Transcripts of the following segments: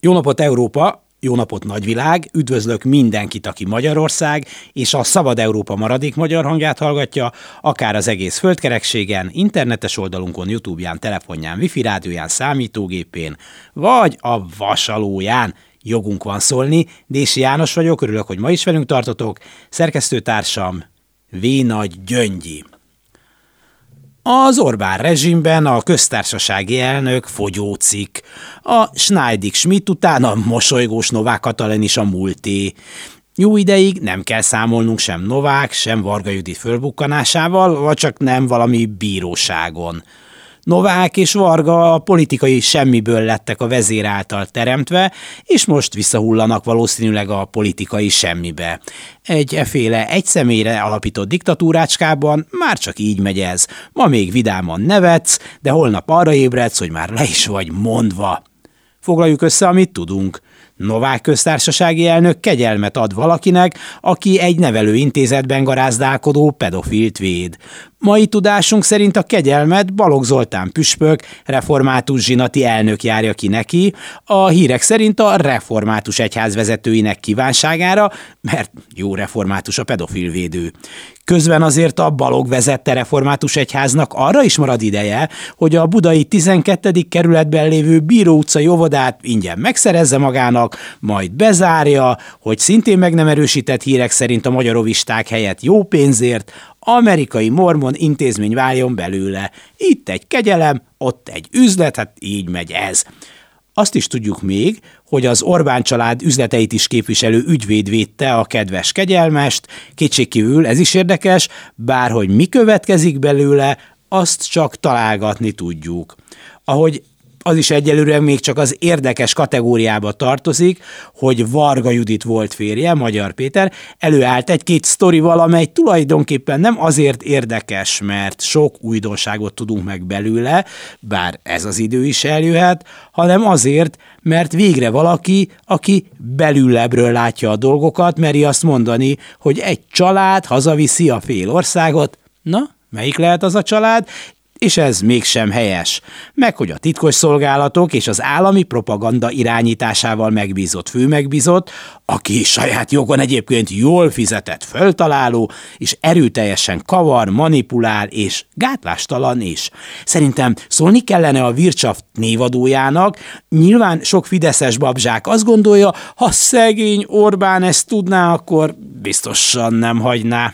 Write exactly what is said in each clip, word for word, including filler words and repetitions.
Jó napot Európa, jó napot nagyvilág, üdvözlök mindenkit, aki Magyarország és a Szabad Európa maradék magyar hangját hallgatja, akár az egész földkerekségen, internetes oldalunkon, YouTube-ján, telefonján, wifi rádióján, számítógépén, vagy a vasalóján. Jogunk van szólni. Dési János vagyok, örülök, hogy ma is velünk tartotok. Szerkesztőtársam V. Nagy Gyöngyi. Az Orbán rezsimben a köztársasági elnök fogyócik, a Schneidig Schmidt után a mosolygós Novák Katalin is a múlté. Jó ideig nem kell számolnunk sem Novák, sem Varga Judit fölbukkanásával, vagy csak nem valami bíróságon. Novák és Varga a politikai semmiből lettek a vezér által teremtve, és most visszahullanak valószínűleg a politikai semmibe. Egy eféle egy személyre alapított diktatúrácskában már csak így megy ez. Ma még vidáman nevetsz, de holnap arra ébredsz, hogy már le is vagy mondva. Foglaljuk össze, amit tudunk. Novák köztársasági elnök kegyelmet ad valakinek, aki egy nevelőintézetben garázdálkodó pedofilt véd. Mai tudásunk szerint a kegyelmet Balogh Zoltán püspök, református zsinati elnök járja ki neki, a hírek szerint a református egyház vezetőinek kívánságára, mert jó református a pedofilvédő. Közben azért a Balogh vezette református egyháznak arra is marad ideje, hogy a budai tizenkettedik kerületben lévő Bíró utcai óvodát ingyen megszerezze magának, majd bezárja, hogy szintén meg nem erősített hírek szerint a magyarovisták helyett jó pénzért amerikai mormon intézmény váljon belőle. Itt egy kegyelem, ott egy üzlet, hát így megy ez. Azt is tudjuk még, hogy az Orbán család üzleteit is képviselő ügyvéd védte a kedves kegyelmest, kétségkívül ez is érdekes, bár hogy mi következik belőle, azt csak találgatni tudjuk. Ahogy az is egyelőre még csak az érdekes kategóriába tartozik, hogy Varga Judit volt férje, Magyar Péter, előállt egy-két sztorival, amely tulajdonképpen nem azért érdekes, mert sok újdonságot tudunk meg belőle, bár ez az idő is eljöhet, hanem azért, mert végre valaki, aki belülebbről látja a dolgokat, meri azt mondani, hogy egy család hazaviszi a fél országot. Na, melyik lehet az a család? És ez mégsem helyes. Meg hogy a titkosszolgálatok és az állami propaganda irányításával megbízott főmegbízott, aki saját jogon egyébként jól fizetett föltaláló, és erőteljesen kavar, manipulál, és gátlástalan is. Szerintem szólni kellene a Wirtschaft névadójának, nyilván sok fideszes babzsák azt gondolja, ha szegény Orbán ezt tudná, akkor biztosan nem hagyná.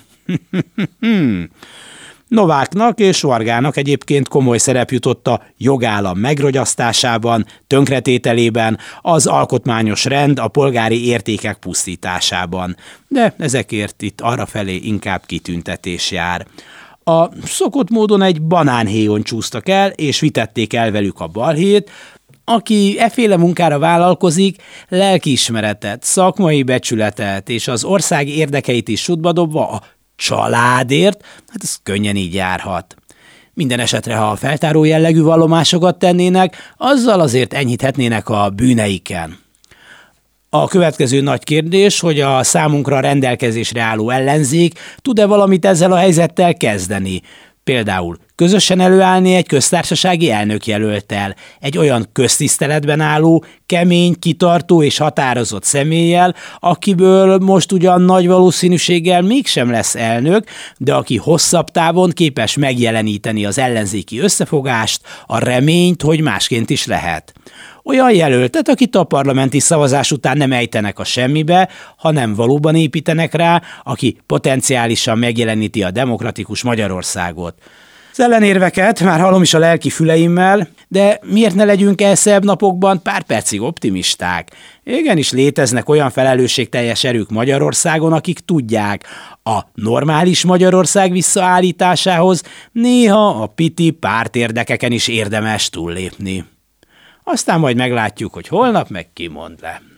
Nováknak és Vargának egyébként komoly szerep jutott a jogállam megrogyasztásában, tönkretételében, az alkotmányos rend, a polgári értékek pusztításában. De ezekért itt arrafelé inkább kitüntetés jár. A szokott módon egy banánhéjon csúsztak el, és vitették el velük a balhét, aki efféle munkára vállalkozik, lelkiismeretet, szakmai becsületet és az ország érdekeit is sútba dobva a családért, hát ez könnyen így járhat. Minden esetre, ha a feltáró jellegű vallomásokat tennének, azzal azért enyhíthetnének a bűneiken. A következő nagy kérdés, hogy a számunkra rendelkezésre álló ellenzék tud-e valamit ezzel a helyzettel kezdeni. Például közösen előállni egy köztársasági elnökjelölttel, egy olyan köztiszteletben álló, kemény, kitartó és határozott személlyel, akiből most ugyan nagy valószínűséggel mégsem lesz elnök, de aki hosszabb távon képes megjeleníteni az ellenzéki összefogást, a reményt, hogy másként is lehet. Olyan jelöltet, akit a parlamenti szavazás után nem ejtenek a semmibe, hanem valóban építenek rá, aki potenciálisan megjeleníti a demokratikus Magyarországot. Az ellenérveket már hallom is a lelki füleimmel, de miért ne legyünk el szebb napokban pár percig optimisták? Igenis léteznek olyan felelősségteljes erők Magyarországon, akik tudják, a normális Magyarország visszaállításához néha a piti pártérdekeken is érdemes túllépni. Aztán majd meglátjuk, hogy holnap meg ki mond le.